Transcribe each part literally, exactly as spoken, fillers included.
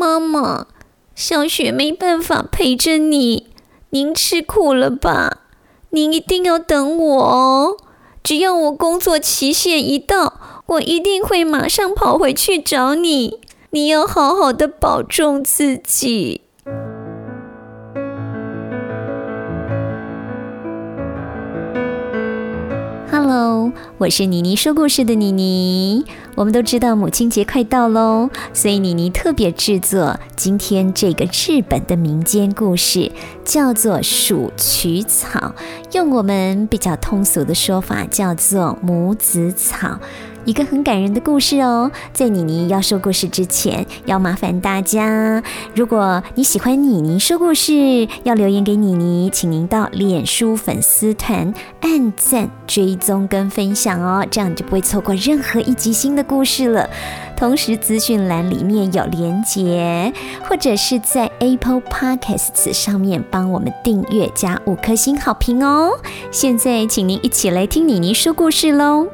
妈妈，小雪没办法陪着你，您吃苦了吧？您一定要等我哦，只要我工作期限一到，我一定会马上跑回去找你，你要好好的保重自己。Hello， 我是妮妮说故事的妮妮。我们都知道母亲节快到咯，所以妮妮特别制作今天这个日本的民间故事，叫做鼠曲草，用我们比较通俗的说法叫做母子草。一个很感人的故事哦。在妮妮要说故事之前，要麻烦大家，如果你喜欢妮妮说故事，要留言给妮妮，请您到脸书粉丝团按赞、追踪跟分享哦，这样你就不会错过任何一集新的故事了。同时资讯栏里面有连结，或者是在 Apple Podcasts 上面帮我们订阅加五颗星好评哦。现在请您一起来听妮妮说故事咯。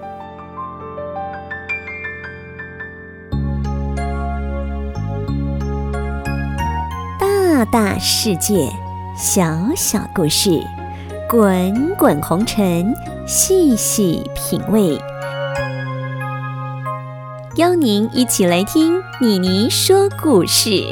大大世界，小小故事，滚滚红尘，细细品味。邀您一起来听妮妮说故事。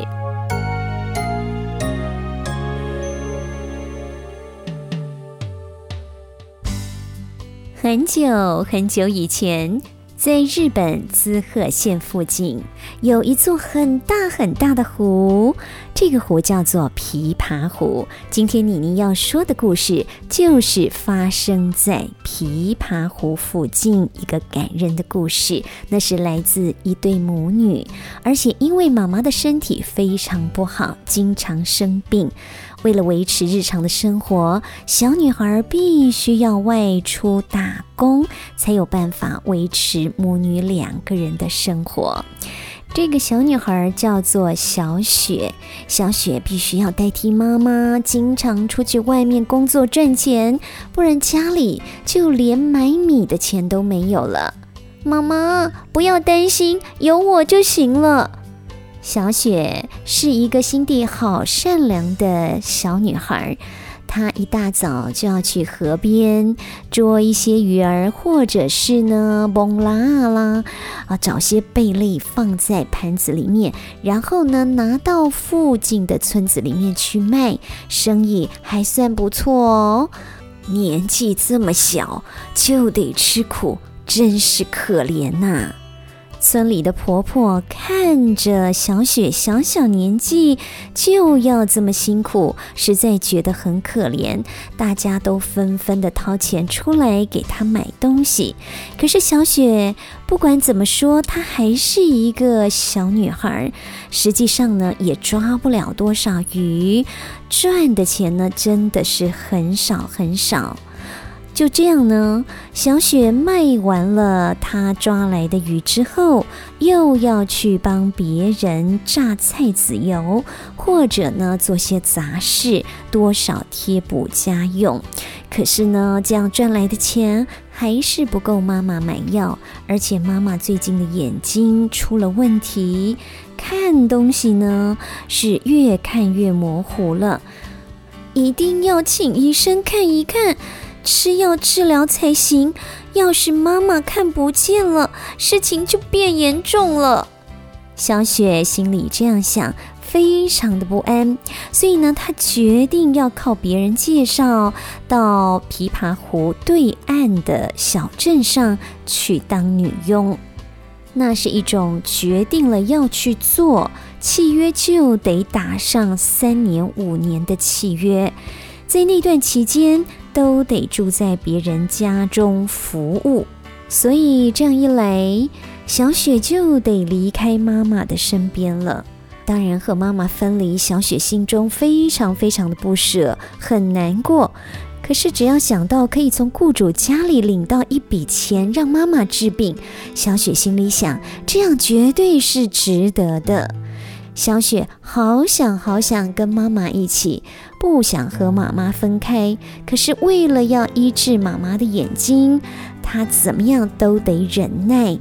很久很久以前，在日本滋贺县附近有一座很大很大的湖，这个湖叫做琵琶湖。今天妮妮要说的故事就是发生在琵琶湖附近一个感人的故事，那是来自一对母女，而且因为妈妈的身体非常不好，经常生病，为了维持日常的生活，小女孩必须要外出打工，才有办法维持母女两个人的生活。这个小女孩叫做小雪，小雪必须要代替妈妈经常出去外面工作赚钱，不然家里就连买米的钱都没有了。妈妈，不要担心，有我就行了。小雪是一个心地好善良的小女孩，她一大早就要去河边捉一些鱼儿，或者是呢蹦啦啦啊，找些贝类放在盘子里面，然后呢拿到附近的村子里面去卖，生意还算不错哦。年纪这么小就得吃苦，真是可怜呐。村里的婆婆看着小雪小小年纪就要这么辛苦，实在觉得很可怜，大家都纷纷的掏钱出来给她买东西。可是小雪不管怎么说，她还是一个小女孩，实际上呢也抓不了多少鱼，赚的钱呢真的是很少很少。就这样呢，小雪卖完了她抓来的鱼之后，又要去帮别人榨菜籽油，或者呢做些杂事，多少贴补家用。可是呢，这样赚来的钱还是不够妈妈买药，而且妈妈最近的眼睛出了问题，看东西呢是越看越模糊了，一定要请医生看一看，吃药治疗才行，要是妈妈看不见了，事情就变严重了。小雪心里这样想，非常的不安，所以呢，她决定要靠别人介绍到琵琶湖对岸的小镇上去当女佣。那是一种决定了要去做，契约就得打上三年五年的契约，在那段期间都得住在别人家中服务，所以这样一来，小雪就得离开妈妈的身边了。当然和妈妈分离，小雪心中非常非常的不舍，很难过。可是只要想到可以从雇主家里领到一笔钱让妈妈治病，小雪心里想，这样绝对是值得的。小雪好想好想跟妈妈一起，不想和妈妈分开，可是为了要医治妈妈的眼睛，她怎么样都得忍耐，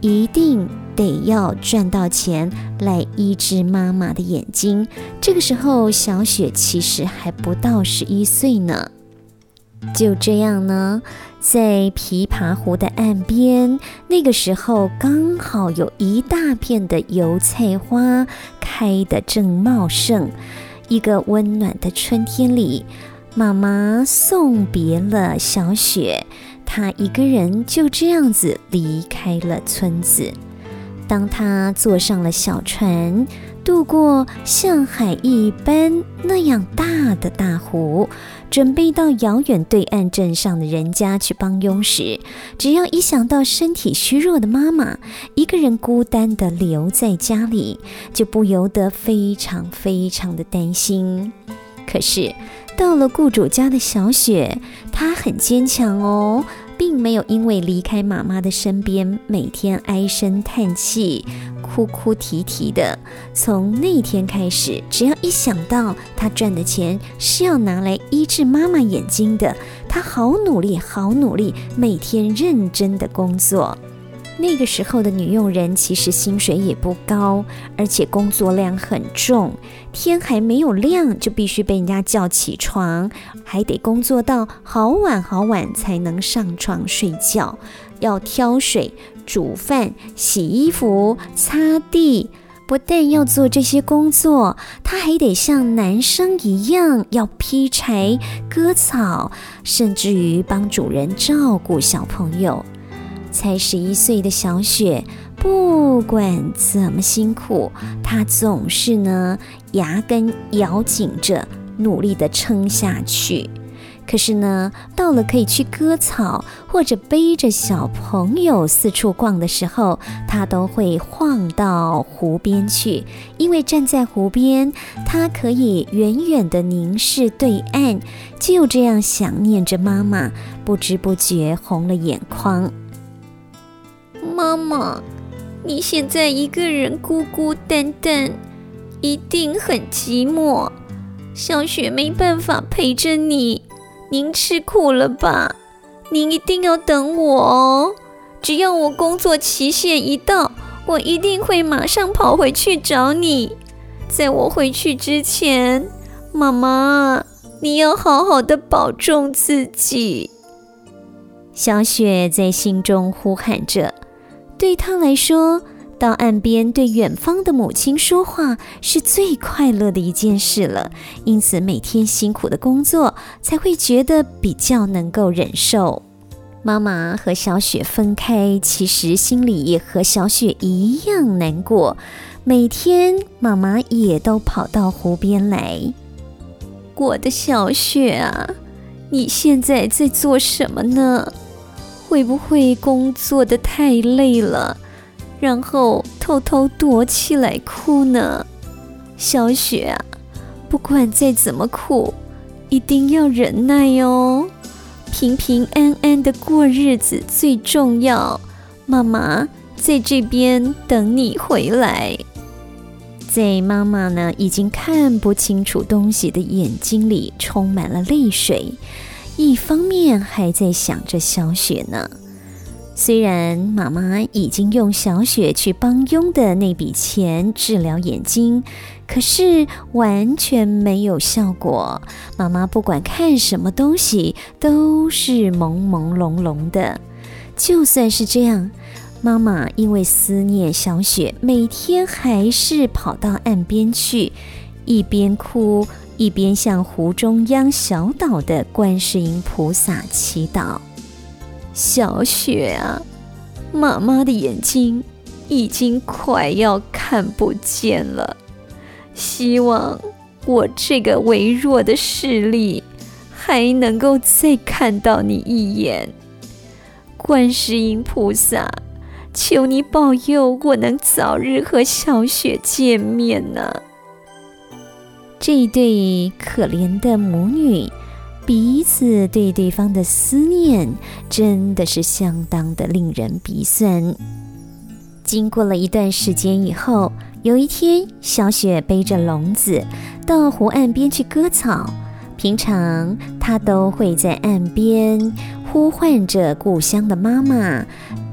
一定得要赚到钱来医治妈妈的眼睛。这个时候小雪其实还不到十一岁呢。就这样呢，在琵琶湖的岸边，那个时候刚好有一大片的油菜花开得正茂盛。一个温暖的春天里，妈妈送别了小雪，她一个人就这样子离开了村子。当她坐上了小船，渡过像海一般那样大的大湖，准备到遥远对岸镇上的人家去帮佣时，只要一想到身体虚弱的妈妈一个人孤单地留在家里，就不由得非常非常的担心。可是到了雇主家的小雪，她很坚强哦，并没有因为离开妈妈的身边每天唉声叹气哭哭啼啼的。从那天开始，只要一想到她赚的钱是要拿来医治妈妈眼睛的，她好努力好努力，每天认真的工作。那个时候的女佣人其实薪水也不高，而且工作量很重，天还没有亮就必须被人家叫起床，还得工作到好晚好晚才能上床睡觉，要挑水、煮饭、洗衣服、擦地。不但要做这些工作，她还得像男生一样要劈柴、割草，甚至于帮主人照顾小朋友。才十一岁的小雪，不管怎么辛苦，她总是呢牙根咬紧着，努力地撑下去。可是呢，到了可以去割草或者背着小朋友四处逛的时候，她都会晃到湖边去，因为站在湖边，她可以远远地凝视对岸，就这样想念着妈妈，不知不觉红了眼眶。 妈妈，你现在一个人孤孤单单，一定很寂寞。小雪没办法陪着你，您吃苦了吧？您一定要等我哦。只要我工作期限一到，我一定会马上跑回去找你。在我回去之前，妈妈，你要好好的保重自己。 小雪在心中呼喊着。对她来说，到岸边对远方的母亲说话是最快乐的一件事了，因此每天辛苦的工作才会觉得比较能够忍受。妈妈和小雪分开，其实心里也和小雪一样难过。每天妈妈也都跑到湖边来。 我的小雪啊，你现在在做什么呢？会不会工作得太累了，然后偷偷躲起来哭呢？小雪啊，不管再怎么苦，一定要忍耐哦。平平安安的过日子最重要。妈妈在这边等你回来。 在妈妈呢已经看不清楚东西的眼睛里充满了泪水，一方面还在想着小雪呢。虽然妈妈已经用小雪去帮佣的那笔钱治疗眼睛，可是完全没有效果。妈妈不管看什么东西都是朦朦胧胧的。就算是这样，妈妈因为思念小雪，每天还是跑到岸边去，一边哭一边向湖中央小岛的观世音菩萨祈祷。 小雪啊，妈妈的眼睛已经快要看不见了，希望我这个微弱的视力还能够再看到你一眼。观世音菩萨，求你保佑我能早日和小雪见面呢。 这一对可怜的母女彼此对对方的思念真的是相当的令人鼻酸。经过了一段时间以后，有一天，小雪背着笼子到湖岸边去割草。平常她都会在岸边呼唤着故乡的妈妈，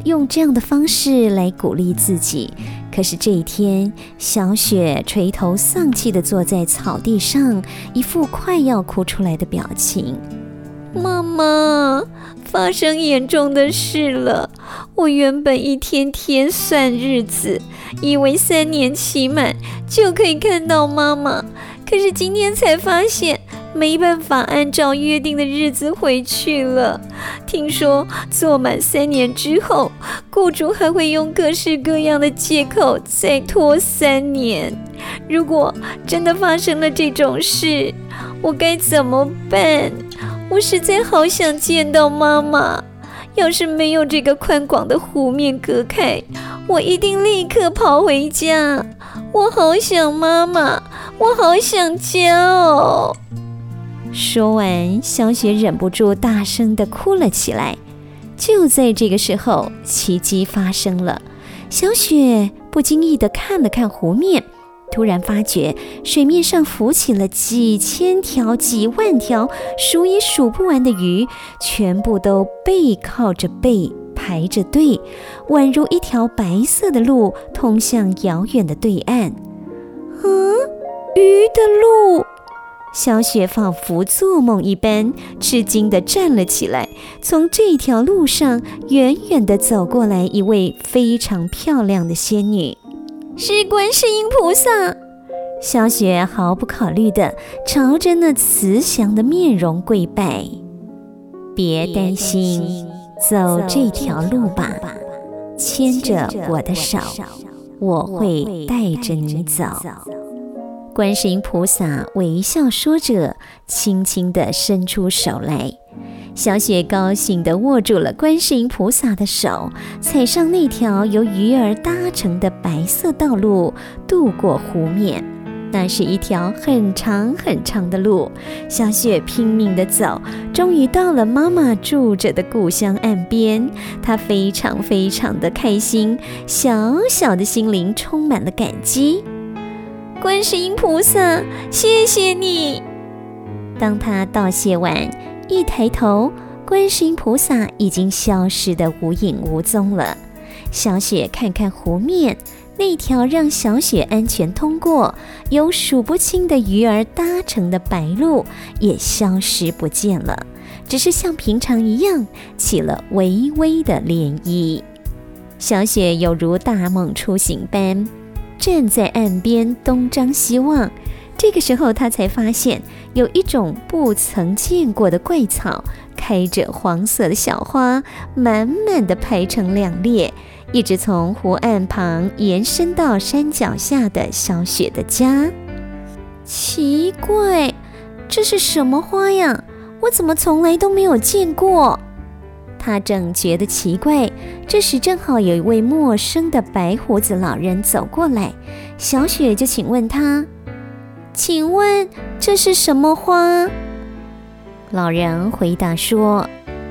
用这样的方式来鼓励自己。可是这一天，小雪垂头丧气地坐在草地上，一副快要哭出来的表情。 妈妈，发生严重的事了。我原本一天天算日子，以为三年期满就可以看到妈妈，可是今天才发现没办法按照约定的日子回去了。听说做满三年之后，雇主还会用各式各样的借口再拖三年。如果真的发生了这种事，我该怎么办？我实在好想见到妈妈，要是没有这个宽广的湖面隔开，我一定立刻跑回家。我好想妈妈，我好想家哦。 说完，小雪忍不住大声地哭了起来。就在这个时候，奇迹发生了。小雪不经意地看了看湖面，突然发觉水面上浮起了几千条、几万条数也数不完的鱼，全部都背靠着背排着队，宛如一条白色的路通向遥远的对岸。嗯，鱼的路！小雪仿佛做梦一般，吃惊地站了起来。从这条路上远远地走过来一位非常漂亮的仙女， 是观世音菩萨。 小雪毫不考虑地朝着那慈祥的面容跪拜。别担心，走这条路吧，牵着我的手，我会带着你走。观世音菩萨微笑说着，轻轻地伸出手来。小雪高兴地握住了观世音菩萨的手，踩上那条由鱼儿搭成的白色道路，渡过湖面。那是一条很长很长的路，小雪拼命地走，终于到了妈妈住着的故乡岸边。她非常非常的开心，小小的心灵充满了感激。 观世音菩萨，谢谢你。 当她道谢完，一抬头，观世音菩萨已经消失得无影无踪了。小雪看看湖面，那条让小雪安全通过、由数不清的鱼儿搭成的白路也消失不见了，只是像平常一样起了微微的涟漪。小雪有如大梦初醒般站在岸边东张西望，这个时候她才发现有一种不曾见过的怪草，开着黄色的小花，满满的排成两列，一直从湖岸旁延伸到山脚下的小雪的家。奇怪，这是什么花呀？我怎么从来都没有见过？他正觉得奇怪，这时正好有一位陌生的白胡子老人走过来，小雪就请问他：请问这是什么花？老人回答说：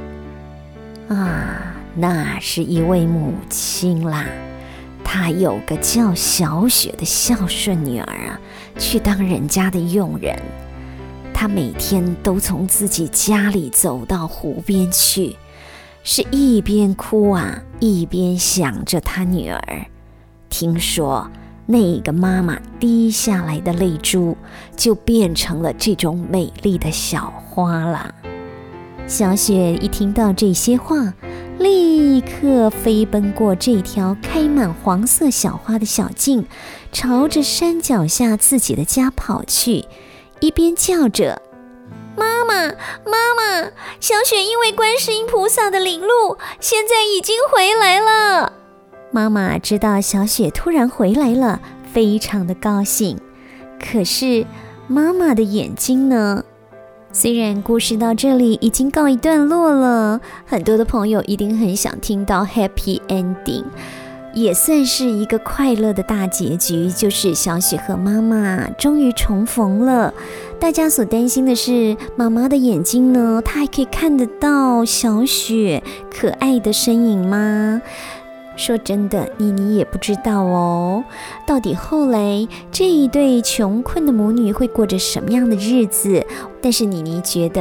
啊，那是一位母亲啦，她有个叫小雪的孝顺女儿啊，去当人家的佣人。她每天都从自己家里走到湖边去，是一边哭啊，一边想着她女儿。听说那个妈妈滴下来的泪珠，就变成了这种美丽的小花了。小雪一听到这些话，立刻飞奔过这条开满黄色小花的小径，朝着山脚下自己的家跑去，一边叫着： 妈妈，妈妈，小雪因为观世音菩萨的领路，现在已经回来了。 妈妈知道小雪突然回来了，非常的高兴。可是妈妈的眼睛呢？虽然故事到这里已经告一段落了，很多的朋友一定很想听到 happy ending， 也算是一个快乐的大结局，就是小雪和妈妈终于重逢了。大家所担心的是，妈妈的眼睛呢，她还可以看得到小雪可爱的身影吗？说真的，妮妮也不知道哦，到底后来这一对穷困的母女会过着什么样的日子？但是妮妮觉得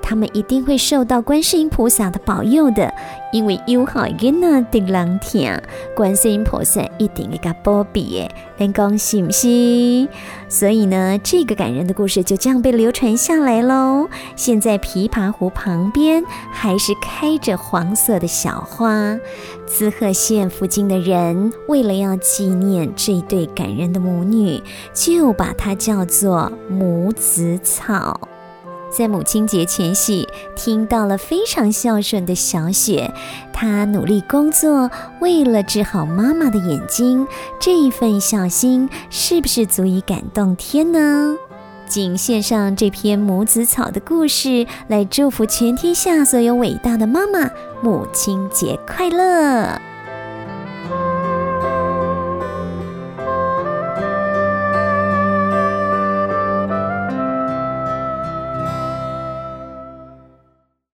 他们一定会受到观世音菩萨的保佑的，因为有好囡仔得人听，观世音菩萨一定会给保庇的，您讲是不是？所以呢，这个感人的故事就这样被流传下来喽。现在琵琶湖旁边还是开着黄色的小花，滋贺县附近的人为了要纪念这对感人的母女，就把它叫做母子草。在母亲节前夕，听到了非常孝顺的小雪，她努力工作，为了治好妈妈的眼睛，这一份孝心是不是足以感动天呢？仅献上这篇母子草的故事，来祝福全天下所有伟大的妈妈，母亲节快乐！